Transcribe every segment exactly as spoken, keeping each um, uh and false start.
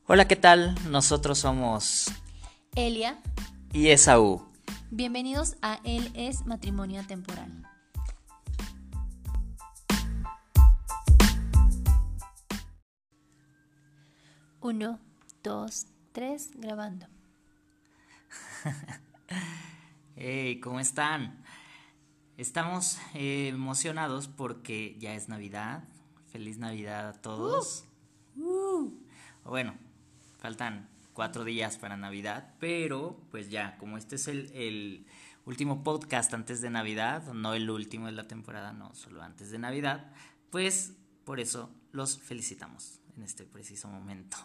Hola, ¿qué tal? Nosotros somos Elia, y Esaú. bienvenidos a Él es Matrimonio Atemporal. Uno, dos, tres, grabando. Hey, ¿cómo están? Estamos eh, emocionados porque ya es Navidad. Feliz Navidad a todos. Uh, uh. Bueno, faltan cuatro días para Navidad, pero pues ya, como este es el, el último podcast antes de Navidad, no el último de la temporada, no, solo antes de Navidad, pues por eso los felicitamos en este preciso momento.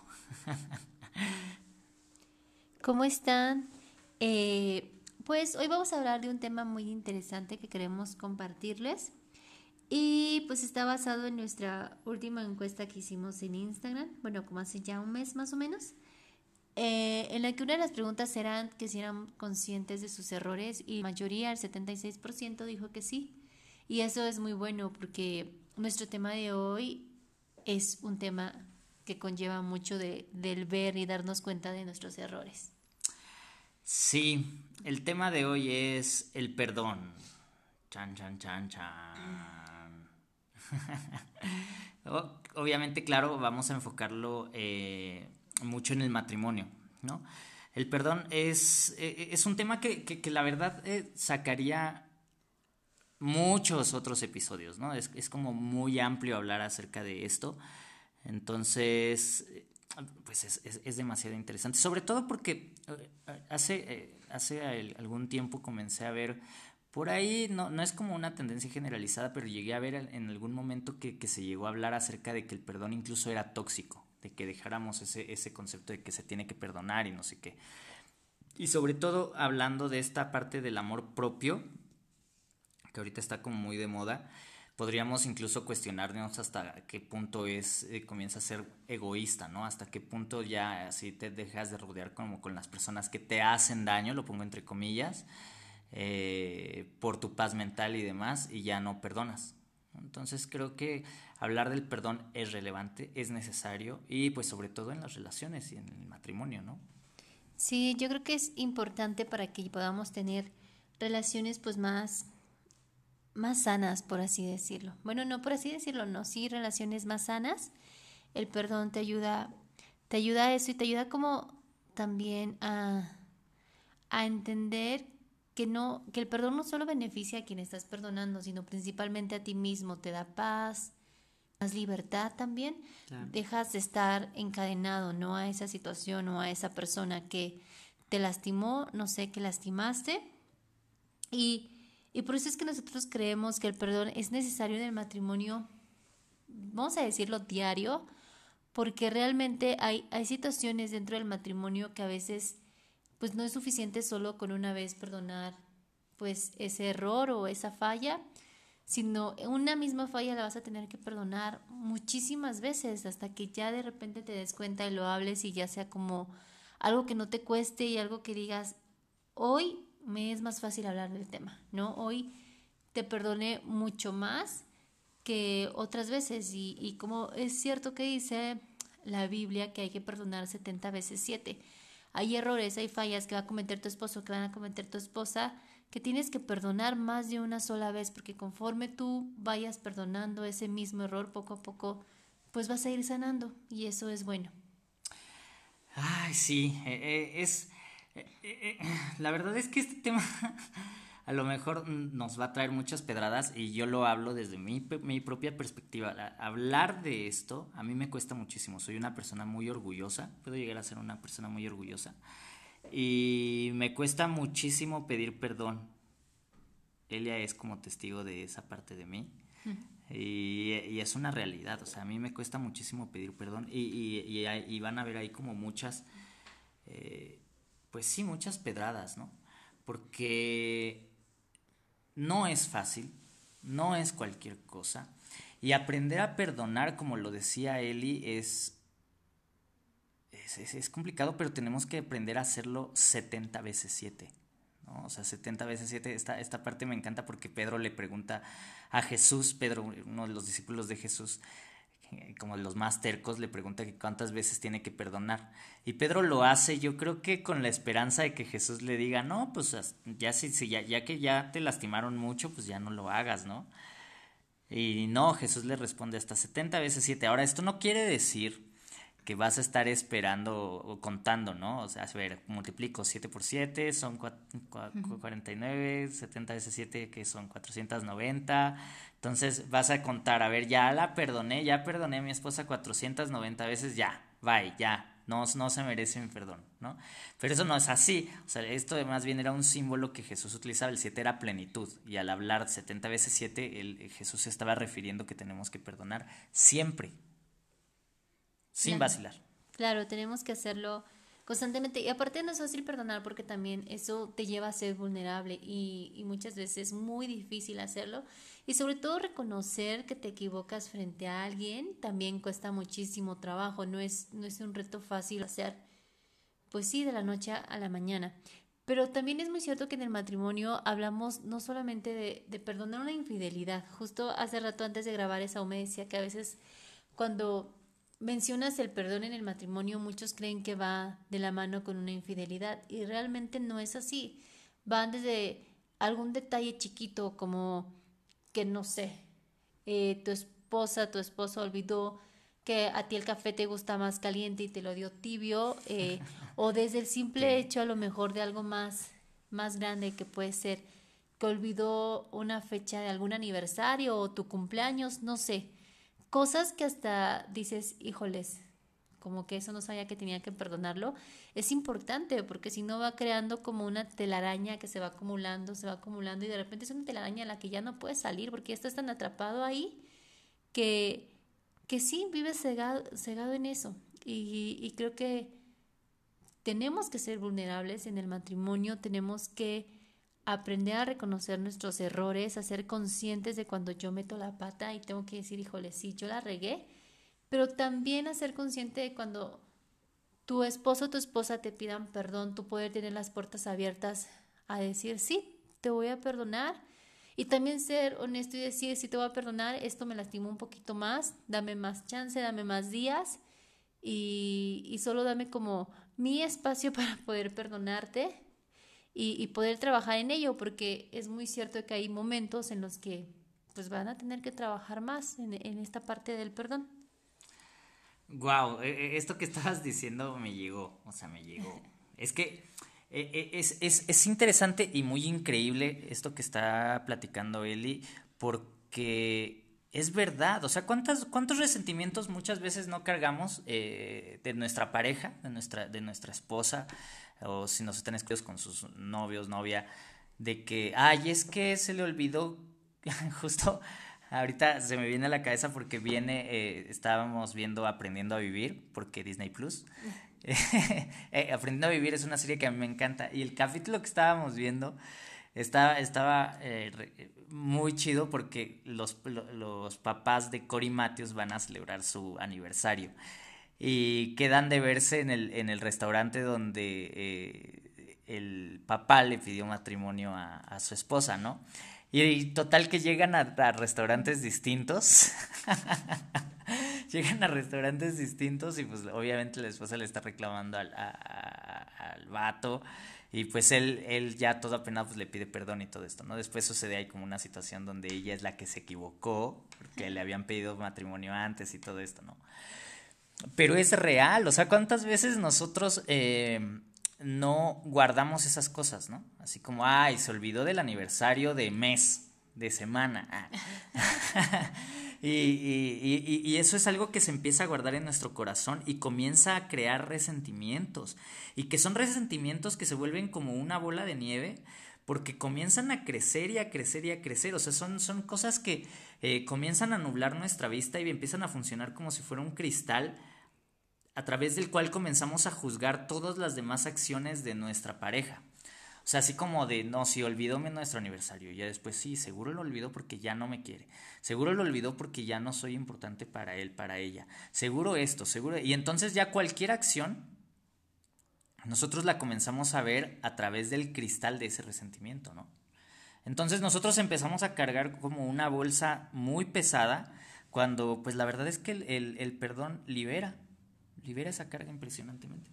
¿Cómo están? Eh, pues hoy vamos a hablar de un tema muy interesante que queremos compartirles. Y pues está basado en nuestra última encuesta que hicimos en Instagram, bueno, como hace ya un mes más o menos, eh, en la que una de las preguntas eran que si eran conscientes de sus errores y la mayoría, el setenta y seis por ciento dijo que sí. Y eso es muy bueno porque nuestro tema de hoy es un tema que conlleva mucho de, del ver y darnos cuenta de nuestros errores. Sí, el tema de hoy es el perdón. Chan, chan, chan, chan. Obviamente, claro, vamos a enfocarlo eh, mucho en el matrimonio, ¿no? El perdón es, eh, es un tema que, que, que la verdad eh, sacaría muchos otros episodios, ¿no? Es, es como muy amplio hablar acerca de esto. Entonces, eh, pues es, es, es demasiado interesante. Sobre todo porque eh, hace, eh, hace algún tiempo comencé a ver por ahí, no, no es como una tendencia generalizada, pero llegué a ver en algún momento que, que se llegó a hablar acerca de que el perdón incluso era tóxico, de que dejáramos ese, ese concepto de que se tiene que perdonar y no sé qué. Y sobre todo hablando de esta parte del amor propio, que ahorita está como muy de moda, podríamos incluso cuestionarnos hasta qué punto es eh, comienza a ser egoísta, ¿no? Hasta qué punto ya así te dejas de rodear como con las personas que te hacen daño, lo pongo entre comillas, eh, por tu paz mental y demás, y ya no perdonas. Entonces creo que hablar del perdón es relevante, es necesario, y pues sobre todo en las relaciones y en el matrimonio, ¿no? Sí, yo creo que es importante para que podamos tener relaciones pues más más sanas, por así decirlo. Bueno, no por así decirlo, no, sí, relaciones más sanas. El perdón te ayuda, te ayuda a eso y te ayuda como también a, a entender que no, que el perdón no solo beneficia a quien estás perdonando, sino principalmente a ti mismo, te da paz, más libertad también. Claro. Dejas de estar encadenado, no a esa situación o a esa persona que te lastimó, no sé, que lastimaste y y por eso es que nosotros creemos que el perdón es necesario en el matrimonio, vamos a decirlo diario, porque realmente hay, hay situaciones dentro del matrimonio que a veces pues no es suficiente solo con una vez perdonar pues ese error o esa falla, sino una misma falla la vas a tener que perdonar muchísimas veces hasta que ya de repente te des cuenta y lo hables y ya sea como algo que no te cueste y algo que digas, hoy me es más fácil hablar del tema, ¿no? Hoy te perdoné mucho más que otras veces y, y como es cierto que dice la Biblia que hay que perdonar setenta veces siete. Hay errores, hay fallas que va a cometer tu esposo, que van a cometer tu esposa, que tienes que perdonar más de una sola vez, porque conforme tú vayas perdonando ese mismo error poco a poco, pues vas a ir sanando y eso es bueno. Ay, sí, eh, eh, es... eh, eh, eh, la verdad es que este tema a lo mejor nos va a traer muchas pedradas y yo lo hablo desde mi, mi propia perspectiva. La- hablar de esto a mí me cuesta muchísimo. Soy una persona muy orgullosa, puedo llegar a ser una persona muy orgullosa y me cuesta muchísimo pedir perdón. Elia es como testigo de esa parte de mí. Y, y es una realidad, o sea, a mí me cuesta muchísimo pedir perdón y, y, y, hay- y van a ver ahí como muchas eh, pues sí, muchas pedradas, ¿no? Porque no es fácil, no es cualquier cosa. Y aprender a perdonar, como lo decía Eli, es, es, es, es complicado, pero tenemos que aprender a hacerlo setenta veces siete. ¿No? O sea, setenta veces siete, esta, esta parte me encanta porque Pedro le pregunta a Jesús, Pedro, uno de los discípulos de Jesús, eh, como los más tercos, le pregunta que cuántas veces tiene que perdonar. Y Pedro lo hace, yo creo que con la esperanza de que Jesús le diga, no, pues ya, si, si, ya, ya que ya te lastimaron mucho, pues ya no lo hagas, ¿no? Y no, Jesús le responde hasta setenta veces siete. Ahora, esto no quiere decir que vas a estar esperando o contando, ¿no? O sea, a ver, multiplico siete por siete, son cuarenta y nueve, setenta veces siete, que son cuatrocientos noventa. Entonces vas a contar, a ver, ya la perdoné, ya perdoné a mi esposa cuatrocientas noventa veces, ya, bye, ya. No, no se merece mi perdón, ¿no? Pero eso no es así. O sea, esto más bien era un símbolo que Jesús utilizaba. El siete era plenitud. Y al hablar setenta veces siete, el, Jesús se estaba refiriendo que tenemos que perdonar siempre. Sin Claro. vacilar. Claro, tenemos que hacerlo constantemente. Y aparte no es fácil perdonar porque también eso te lleva a ser vulnerable y, y muchas veces es muy difícil hacerlo. Y sobre todo reconocer que te equivocas frente a alguien también cuesta muchísimo trabajo. No es, no es un reto fácil hacer, pues sí, de la noche a la mañana. Pero también es muy cierto que en el matrimonio hablamos no solamente de, de perdonar una infidelidad. Justo hace rato antes de grabar esa me decía que a veces cuando mencionas el perdón en el matrimonio, muchos creen que va de la mano con una infidelidad y realmente no es así. Van desde algún detalle chiquito como que no sé, eh, tu esposa, tu esposo olvidó que a ti el café te gusta más caliente y te lo dio tibio, eh, o desde el simple Okay. hecho a lo mejor de algo más, más grande que puede ser que olvidó una fecha de algún aniversario o tu cumpleaños, no sé. Cosas que hasta dices, híjoles, como que eso no sabía que tenía que perdonarlo, es importante porque si no va creando como una telaraña que se va acumulando, se va acumulando y de repente es una telaraña a la que ya no puedes salir porque ya estás tan atrapado ahí que, que sí, vives cegado, cegado en eso. Y, y creo que tenemos que ser vulnerables en el matrimonio, tenemos que aprender a reconocer nuestros errores, a ser conscientes de cuando yo meto la pata y tengo que decir, híjole, sí, yo la regué, pero también a ser consciente de cuando tu esposo o tu esposa te pidan perdón, tú poder tener las puertas abiertas a decir, sí, te voy a perdonar. Y también ser honesto y decir, sí te voy a perdonar, esto me lastimó un poquito más, dame más chance, dame más días y, y solo dame como mi espacio para poder perdonarte y, y poder trabajar en ello, porque es muy cierto que hay momentos en los que pues van a tener que trabajar más en, en esta parte del perdón. Wow, esto que estabas diciendo me llegó, o sea, me llegó. Es que eh, eh, es, es, es interesante y muy increíble esto que está platicando Eli, porque es verdad, o sea, ¿cuántas, cuántos resentimientos muchas veces no cargamos eh, de nuestra pareja, de nuestra, de nuestra esposa, o si nos están escritos con sus novios, novia, de que, ay, es que se le olvidó justo. Ahorita se me viene a la cabeza porque viene, eh, estábamos viendo Aprendiendo a Vivir, porque Disney Plus. eh, Aprendiendo a Vivir es una serie que a mí me encanta. Y el capítulo que estábamos viendo estaba, estaba eh, re- muy chido porque los, lo- los papás de Cory Matthews van a celebrar su aniversario. Y quedan de verse en el, en el restaurante donde eh, el papá le pidió matrimonio a, a su esposa, ¿no? Y, y total que llegan a, a restaurantes distintos. Llegan a restaurantes distintos y pues obviamente la esposa le está reclamando al, a- a- al vato y pues él, él ya todo apenado pues le pide perdón y todo esto, ¿no? Después sucede ahí como una situación donde ella es la que se equivocó porque le habían pedido matrimonio antes y todo esto, ¿no? Pero es real, o sea, ¿cuántas veces nosotros eh, no guardamos esas cosas, ¿no? Así como, ay, se olvidó del aniversario de mes, de semana. Ah. y, y, y, y eso es algo que se empieza a guardar en nuestro corazón y comienza a crear resentimientos. Y que son resentimientos que se vuelven como una bola de nieve porque comienzan a crecer y a crecer y a crecer. O sea, son, son cosas que eh, comienzan a nublar nuestra vista y empiezan a funcionar como si fuera un cristal a través del cual comenzamos a juzgar todas las demás acciones de nuestra pareja. O sea, así como de, no, si olvidó nuestro aniversario, ya después sí, seguro lo olvidó porque ya no me quiere, seguro lo olvidó porque ya no soy importante para él, para ella, seguro esto, seguro, y entonces ya cualquier acción, nosotros la comenzamos a ver a través del cristal de ese resentimiento, ¿no? Entonces nosotros empezamos a cargar como una bolsa muy pesada cuando pues la verdad es que el, el, el perdón libera, libera esa carga impresionantemente.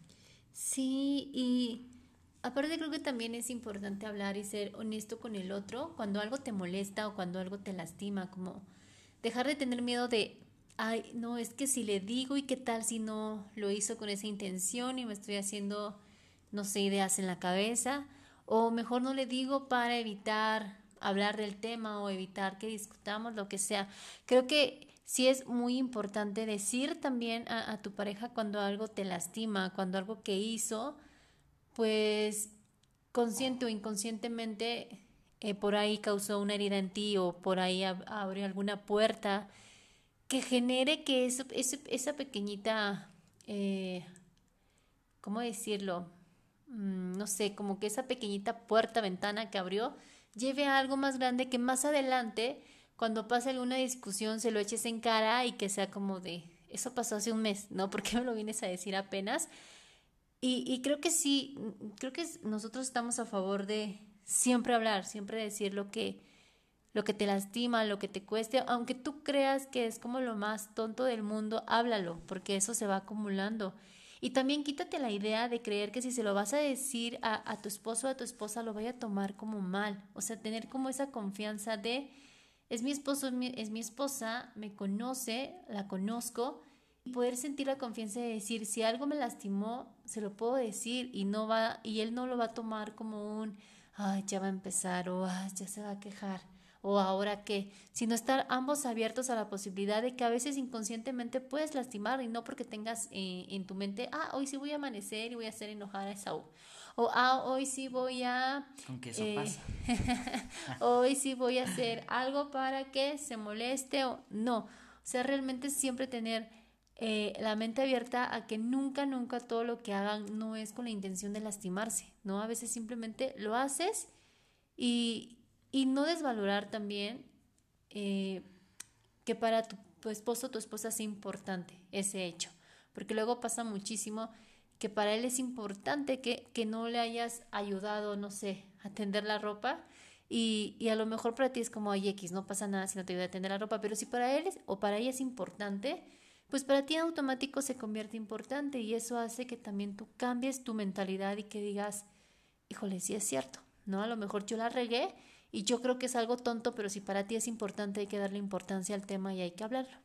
Sí, y aparte creo que también es importante hablar y ser honesto con el otro cuando algo te molesta o cuando algo te lastima, como dejar de tener miedo de, ay, no, es que si le digo y qué tal si no lo hizo con esa intención y me estoy haciendo, no sé, ideas en la cabeza, o mejor no le digo para evitar hablar del tema o evitar que discutamos lo que sea. Creo que sí es muy importante decir también a, a tu pareja cuando algo te lastima, cuando algo que hizo, pues consciente o inconscientemente eh, por ahí causó una herida en ti o por ahí ab- abrió alguna puerta que genere que eso, ese- esa pequeñita, eh, ¿cómo decirlo? Mm, no sé, como que esa pequeñita puerta, ventana que abrió, lleve a algo más grande que más adelante, cuando pase alguna discusión, se lo eches en cara y que sea como de, eso pasó hace un mes, ¿no? ¿Por qué me lo vienes a decir apenas? Y, y creo que sí, mm, creo que s- nosotros estamos a favor de siempre hablar, siempre decir lo que, lo que te lastima, lo que te cueste, aunque tú creas que es como lo más tonto del mundo, háblalo, porque eso se va acumulando. Y también quítate la idea de creer que si se lo vas a decir a, a tu esposo o a tu esposa lo vaya a tomar como mal. O sea, tener como esa confianza de, es mi esposo, es mi, es mi esposa, me conoce, la conozco, y poder sentir la confianza de decir, si algo me lastimó, se lo puedo decir y no va, y él no lo va a tomar como un, ay, ya va a empezar, o ay, ya se va a quejar, o ahora qué, sino estar ambos abiertos a la posibilidad de que a veces inconscientemente puedes lastimar y no porque tengas eh, en tu mente, ah, hoy sí voy a amanecer y voy a hacer enojar a Esaú, o ah, hoy sí voy a, Con que eso eh, pasa. hoy sí voy a hacer algo para que se moleste o no, o sea, realmente siempre tener eh, la mente abierta a que nunca, nunca todo lo que hagan no es con la intención de lastimarse, ¿no? A veces simplemente lo haces y, y no desvalorar también eh, que para tu, tu esposo o tu esposa sea importante ese hecho, porque luego pasa muchísimo que para él es importante que, que no le hayas ayudado, no sé, a tender la ropa y, y a lo mejor para ti es como, ay, X, no pasa nada si no te ayuda a tender la ropa, pero si para él es, o para ella es importante, pues para ti en automático se convierte importante y eso hace que también tú cambies tu mentalidad y que digas, híjole, sí es cierto, ¿no? A lo mejor yo la regué y yo creo que es algo tonto, pero si para ti es importante hay que darle importancia al tema y hay que hablarlo.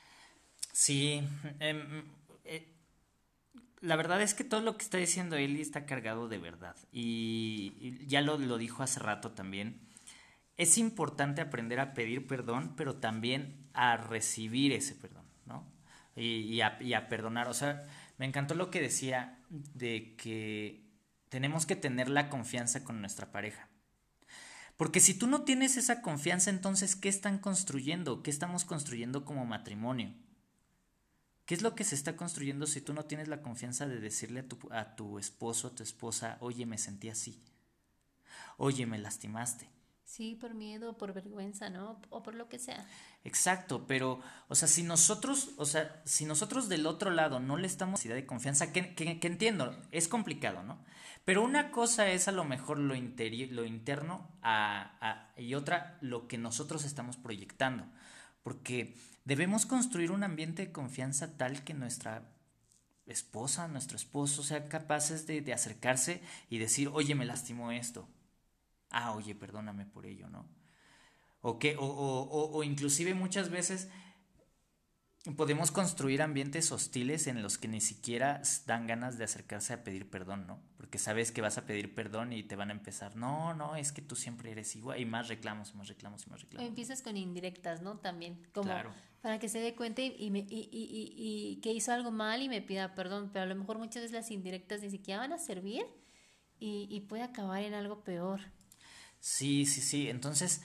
Sí, em, eh, la verdad es que todo lo que está diciendo Eli está cargado de verdad. Y, y ya lo, lo dijo hace rato también. Es importante aprender a pedir perdón, pero también a recibir ese perdón, ¿no? Y, y, a, y a perdonar. O sea, me encantó lo que decía de que tenemos que tener la confianza con nuestra pareja. Porque si tú no tienes esa confianza, entonces, ¿qué están construyendo? ¿Qué estamos construyendo como matrimonio? ¿Qué es lo que se está construyendo si tú no tienes la confianza de decirle a tu, a tu esposo, a tu esposa, oye, me sentí así, oye, me lastimaste? Sí, por miedo, por vergüenza, ¿no? O por lo que sea. Exacto, pero, o sea, si nosotros, o sea, si nosotros del otro lado no le estamos idea de confianza, que, que, que entiendo, es complicado, ¿no? Pero una cosa es a lo mejor lo, interi lo interno a, a, y otra lo que nosotros estamos proyectando, porque debemos construir un ambiente de confianza tal que nuestra esposa, nuestro esposo sean capaces de, de acercarse y decir, oye, me lastimó esto. Ah, oye, perdóname por ello, ¿no? O, que, o, o, o, o inclusive muchas veces podemos construir ambientes hostiles en los que ni siquiera dan ganas de acercarse a pedir perdón, ¿no? Porque sabes que vas a pedir perdón y te van a empezar, no, no, es que tú siempre eres igual, y más reclamos, y más reclamos, y más O reclamos, ¿no? empiezas con indirectas, ¿no? También, como Claro. para que se dé cuenta y, y, me- y, y, y- y que hizo algo mal y me pida perdón, pero a lo mejor muchas veces las indirectas ni siquiera van a servir y, y puede acabar en algo peor. Sí, sí, sí. Entonces,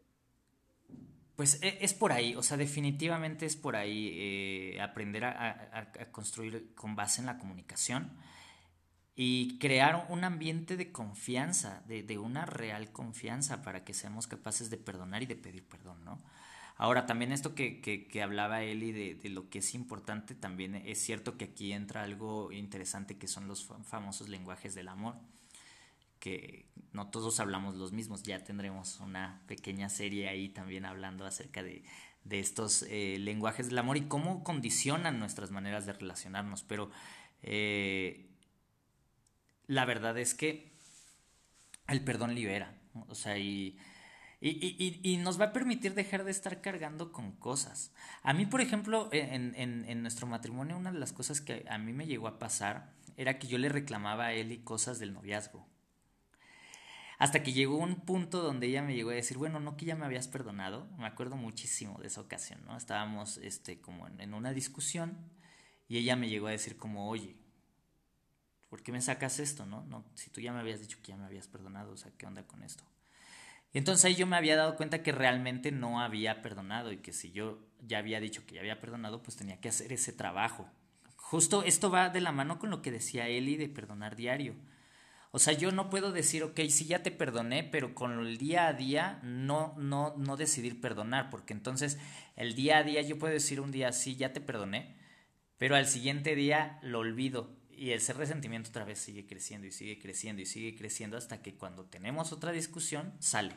pues e- es por ahí, o sea, definitivamente es por ahí eh, aprender a, a- a construir con base en la comunicación y crear un ambiente de confianza, de, de una real confianza para que seamos capaces de perdonar y de pedir perdón, ¿no? Ahora, también esto que, que, que hablaba Eli de, de lo que es importante, también es cierto que aquí entra algo interesante que son los famosos lenguajes del amor, que no todos hablamos los mismos, ya tendremos una pequeña serie ahí también hablando acerca de, de estos eh, lenguajes del amor y cómo condicionan nuestras maneras de relacionarnos. Pero eh, la verdad es que el perdón libera, ¿no? O sea, y, y, y, y nos va a permitir dejar de estar cargando con cosas. A mí, por ejemplo, en, en, en nuestro matrimonio, una de las cosas que a mí me llegó a pasar era que yo le reclamaba a él y cosas del noviazgo. Hasta que llegó un punto donde ella me llegó a decir, bueno, no que ya me habías perdonado. Me acuerdo muchísimo de esa ocasión, ¿no? Estábamos este, como en, en una discusión y ella me llegó a decir como, oye, ¿por qué me sacas esto, no? No, si tú ya me habías dicho que ya me habías perdonado, o sea, ¿qué onda con esto? Y entonces ahí yo me había dado cuenta que realmente no había perdonado y que si yo ya había dicho que ya había perdonado, pues tenía que hacer ese trabajo. Justo esto va de la mano con lo que decía Eli de perdonar diario. O sea, yo no puedo decir, ok, sí ya te perdoné, pero con el día a día no, no, no decidir perdonar, porque entonces el día a día yo puedo decir un día, sí, ya te perdoné, pero al siguiente día lo olvido y ese resentimiento otra vez sigue creciendo y sigue creciendo y sigue creciendo hasta que cuando tenemos otra discusión sale.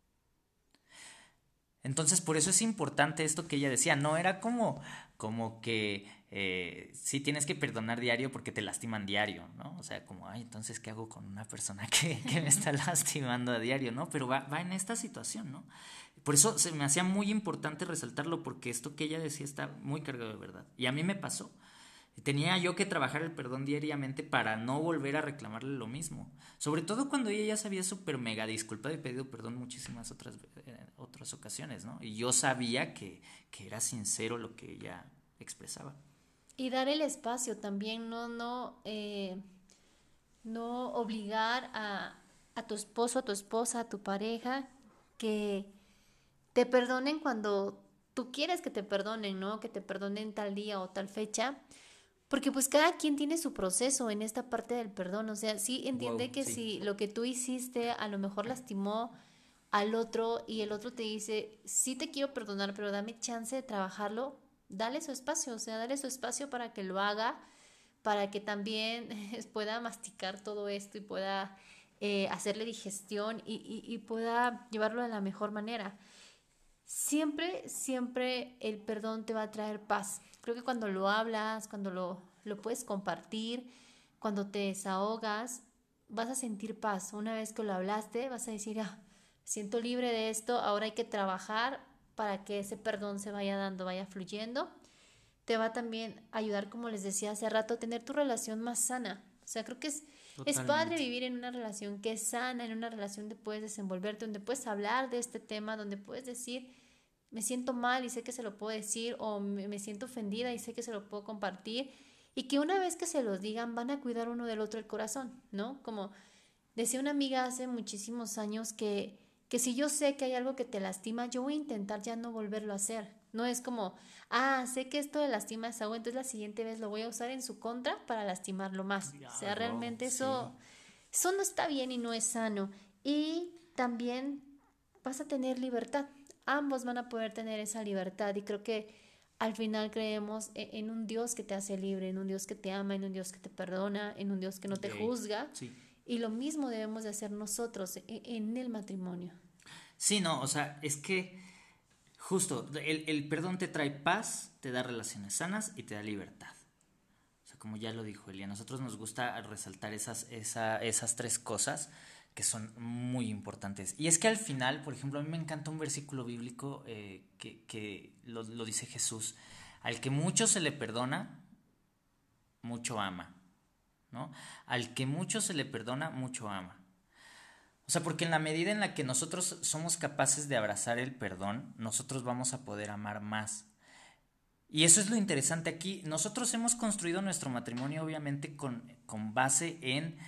Entonces por eso es importante esto que ella decía, no era como, como que eh, sí tienes que perdonar diario porque te lastiman diario, ¿no? O sea, como, ay, entonces, ¿qué hago con una persona que, que me está lastimando a diario, ¿no? Pero va, va en esta situación, ¿no? Por eso se me hacía muy importante resaltarlo porque esto que ella decía está muy cargado de verdad. Y a mí me pasó. Tenía yo que trabajar el perdón diariamente para no volver a reclamarle lo mismo. Sobre todo cuando ella ya se había súper mega disculpado y pedido perdón muchísimas otras, eh, otras ocasiones, ¿no? Y yo sabía que, que era sincero lo que ella expresaba. Y dar el espacio también, no, no, eh, no obligar a, a tu esposo, a tu esposa, a tu pareja que te perdonen cuando tú quieres que te perdonen, ¿no? Que te perdonen tal día o tal fecha. Porque pues cada quien tiene su proceso en esta parte del perdón. O sea, sí entiende Wow, que sí. si lo que tú hiciste a lo mejor lastimó al otro y el otro te dice, sí te quiero perdonar, pero dame chance de trabajarlo, dale su espacio, o sea, dale su espacio para que lo haga, para que también pueda masticar todo esto y pueda eh, hacerle digestión y, y, y pueda llevarlo de la mejor manera. Siempre, siempre el perdón te va a traer paz. Creo que cuando lo hablas, cuando lo, lo puedes compartir, cuando te desahogas, vas a sentir paz. Una vez que lo hablaste, vas a decir, ah, siento libre de esto, ahora hay que trabajar para que ese perdón se vaya dando, vaya fluyendo. Te va también a ayudar, como les decía hace rato, a tener tu relación más sana. O sea, creo que es, es padre Totalmente. vivir en una relación que es sana, en una relación donde puedes desenvolverte, donde puedes hablar de este tema, donde puedes decir, me siento mal y sé que se lo puedo decir, o me, me siento ofendida y sé que se lo puedo compartir, y que una vez que se los digan van a cuidar uno del otro el corazón, ¿no? Como decía una amiga hace muchísimos años que, que si yo sé que hay algo que te lastima, yo voy a intentar ya no volverlo a hacer. No es como, ah, sé que esto le lastima a Saúl, entonces la siguiente vez lo voy a usar en su contra para lastimarlo más. O Ya, sea, wow, realmente sí. eso, eso no está bien y no es sano. Y también vas a tener libertad. Ambos van a poder tener esa libertad y creo que al final creemos e- en un Dios que te hace libre, en un Dios que te ama, en un Dios que te perdona, en un Dios que no te Yay. juzga. Sí. Y lo mismo debemos de hacer nosotros e- en el matrimonio. Sí, no, o sea, es que justo el, el perdón te trae paz, te da relaciones sanas y te da libertad. O sea, como ya lo dijo Elia, a nosotros nos gusta resaltar esas, esa, esas tres cosas que son muy importantes. Y es que al final, por ejemplo, a mí me encanta un versículo bíblico eh, que, que lo, lo dice Jesús. Al que mucho se le perdona, mucho ama, ¿no? Al que mucho se le perdona, mucho ama. O sea, porque en la medida en la que nosotros somos capaces de abrazar el perdón, nosotros vamos a poder amar más. Y eso es lo interesante aquí. Nosotros hemos construido nuestro matrimonio obviamente con, con base en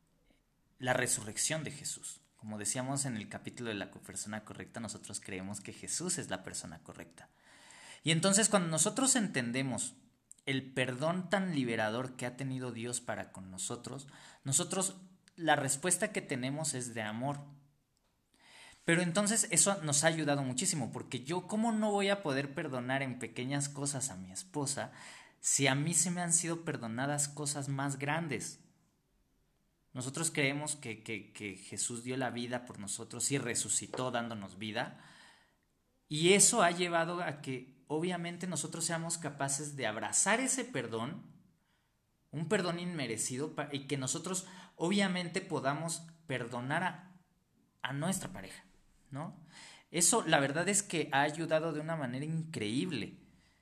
la resurrección de Jesús. Como decíamos en el capítulo de la persona correcta, nosotros creemos que Jesús es la persona correcta. Y entonces cuando nosotros entendemos el perdón tan liberador que ha tenido Dios para con nosotros, nosotros la respuesta que tenemos es de amor. Pero entonces eso nos ha ayudado muchísimo, porque yo cómo no voy a poder perdonar en pequeñas cosas a mi esposa si a mí se me han sido perdonadas cosas más grandes. Nosotros creemos que, que, que Jesús dio la vida por nosotros y resucitó dándonos vida. Y eso ha llevado a que obviamente nosotros seamos capaces de abrazar ese perdón, un perdón inmerecido, y que nosotros obviamente podamos perdonar a, a nuestra pareja, ¿no? Eso la verdad es que ha ayudado de una manera increíble.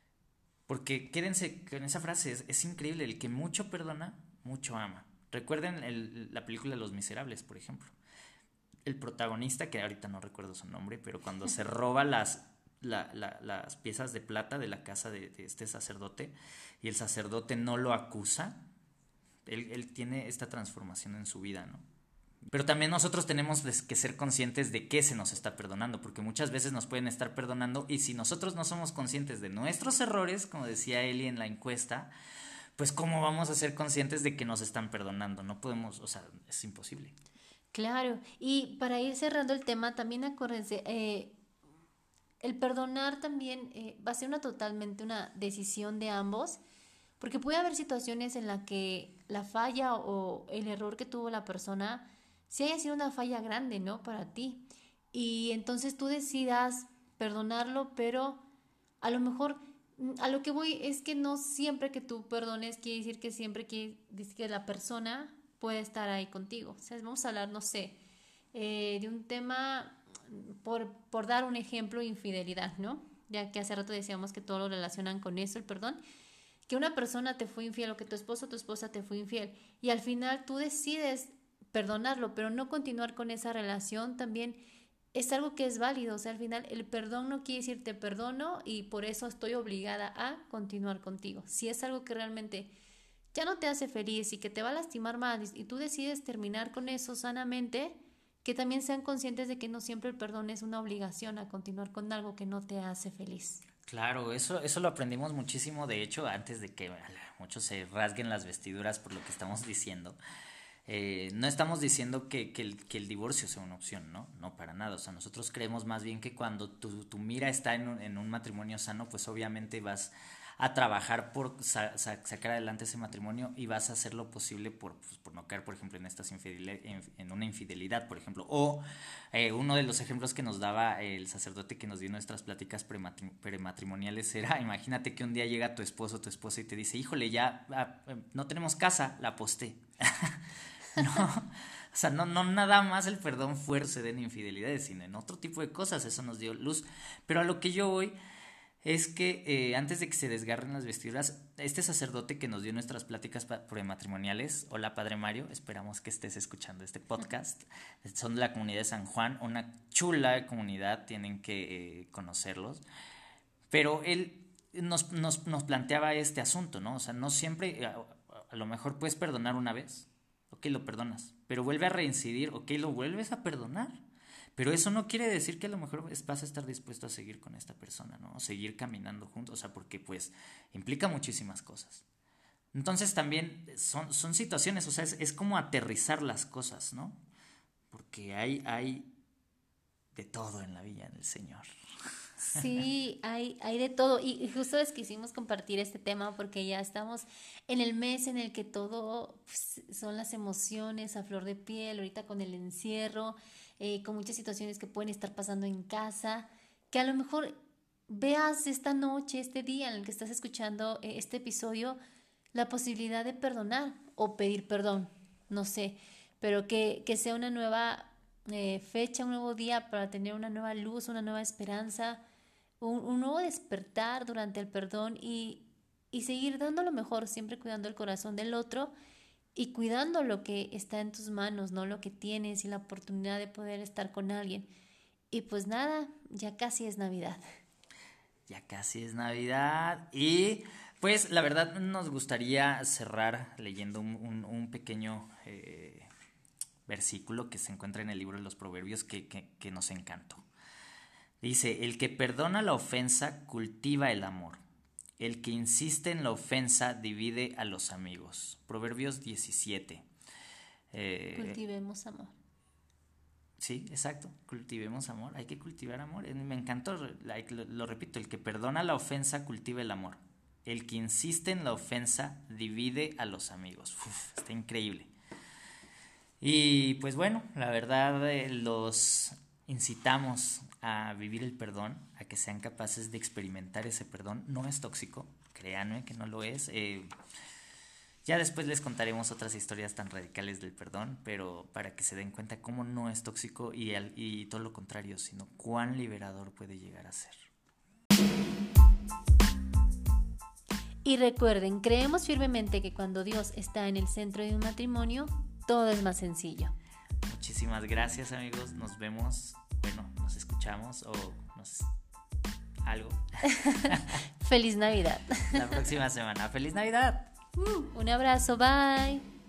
Porque quédense con esa frase, es, es increíble, el que mucho perdona, mucho ama. Recuerden el, la película Los Miserables, por ejemplo. El protagonista, que ahorita no recuerdo su nombre, pero cuando se roba las, la, la, las piezas de plata de la casa de, de este sacerdote, y el sacerdote no lo acusa, él, él tiene esta transformación en su vida, ¿no? Pero también nosotros tenemos que ser conscientes de qué se nos está perdonando, porque muchas veces nos pueden estar perdonando y si nosotros no somos conscientes de nuestros errores, como decía Eli en la encuesta, pues ¿cómo vamos a ser conscientes de que nos están perdonando? No podemos, o sea, es imposible. Claro, y para ir cerrando el tema, también acuérdense, eh, el perdonar también eh, va a ser una totalmente una decisión de ambos, porque puede haber situaciones en las que la falla o el error que tuvo la persona si haya sido una falla grande, ¿no? Para ti. Y entonces tú decidas perdonarlo, pero a lo mejor, a lo que voy es que no siempre que tú perdones quiere decir que siempre quiere decir que la persona puede estar ahí contigo. O sea, vamos a hablar, no sé, eh, de un tema, por, por dar un ejemplo, infidelidad, ¿no? Ya que hace rato decíamos que todo lo relacionan con eso, el perdón. Que una persona te fue infiel o que tu esposo o tu esposa te fue infiel y al final tú decides perdonarlo, pero no continuar con esa relación también es algo que es válido. O sea, al final el perdón no quiere decir te perdono y por eso estoy obligada a continuar contigo. Si es algo que realmente ya no te hace feliz y que te va a lastimar más y tú decides terminar con eso sanamente, que también sean conscientes de que no siempre el perdón es una obligación a continuar con algo que no te hace feliz. Claro, eso, eso lo aprendimos muchísimo, de hecho, antes de que muchos se rasguen las vestiduras por lo que estamos diciendo. Eh, no estamos diciendo que, que, el, que el divorcio sea una opción, ¿no? No, para nada. O sea, nosotros creemos más bien que cuando tu, tu mira está en un, en un matrimonio sano, pues obviamente vas a trabajar por sa- sa- sacar adelante ese matrimonio y vas a hacer lo posible por, pues, por no caer, por ejemplo, en estas infidel- en, en una infidelidad, por ejemplo. O eh, uno de los ejemplos que nos daba el sacerdote que nos dio nuestras pláticas prematri- prematrimoniales era, imagínate que un día llega tu esposo o tu esposa y te dice, híjole, ya ah, no tenemos casa, la aposté. No, o sea, no, no nada más el perdón fuerza en infidelidades, sino en otro tipo de cosas, eso nos dio luz. Pero a lo que yo voy es que eh, antes de que se desgarren las vestiduras, este sacerdote que nos dio nuestras pláticas prematrimoniales, hola Padre Mario, esperamos que estés escuchando este podcast, son de la comunidad de San Juan, una chula comunidad, tienen que eh, conocerlos, pero él nos, nos, nos planteaba este asunto, ¿no? O sea, no siempre, a, a lo mejor puedes perdonar una vez, ok, lo perdonas, pero vuelve a reincidir, ok, lo vuelves a perdonar. Pero eso no quiere decir que a lo mejor vas a estar dispuesto a seguir con esta persona, ¿no? Seguir caminando juntos, o sea, porque pues implica muchísimas cosas. Entonces también son, son situaciones, o sea, es, es como aterrizar las cosas, ¿no? Porque hay, hay de todo en la Villa del Señor. Sí, hay, hay de todo. Y, y justo les quisimos compartir este tema porque ya estamos en el mes en el que todo pues, son las emociones a flor de piel, ahorita con el encierro, eh, con muchas situaciones que pueden estar pasando en casa, que a lo mejor veas esta noche, este día en el que estás escuchando eh, este episodio, la posibilidad de perdonar o pedir perdón, no sé, pero que, que sea una nueva eh, fecha, un nuevo día para tener una nueva luz, una nueva esperanza, un, un nuevo despertar durante el perdón y, y seguir dando lo mejor, siempre cuidando el corazón del otro y cuidando lo que está en tus manos, ¿no? Lo que tienes y la oportunidad de poder estar con alguien. Y pues nada, ya casi es Navidad. Ya casi es Navidad y pues la verdad nos gustaría cerrar leyendo un, un, un pequeño eh, versículo que se encuentra en el libro de los Proverbios que, que, que nos encantó. Dice, el que perdona la ofensa cultiva el amor. El que insiste en la ofensa divide a los amigos. Proverbios diecisiete. Eh, Cultivemos amor. sí, exacto. Cultivemos amor. Hay que cultivar amor. Eh, Me encantó, lo, lo repito, el que perdona la ofensa cultiva el amor. El que insiste en la ofensa divide a los amigos. Uf, está increíble. Y pues bueno, la verdad eh, los incitamos a vivir el perdón, a que sean capaces de experimentar ese perdón. No es tóxico, créanme que no lo es. Eh, ya después les contaremos otras historias tan radicales del perdón, pero para que se den cuenta cómo no es tóxico y, al, y todo lo contrario, sino cuán liberador puede llegar a ser. Y recuerden, creemos firmemente que cuando Dios está en el centro de un matrimonio, todo es más sencillo. Muchísimas gracias, amigos. Nos vemos, bueno, nos escuchamos o nos algo. Feliz Navidad. La próxima semana. ¡Feliz Navidad! Uh, un abrazo, bye.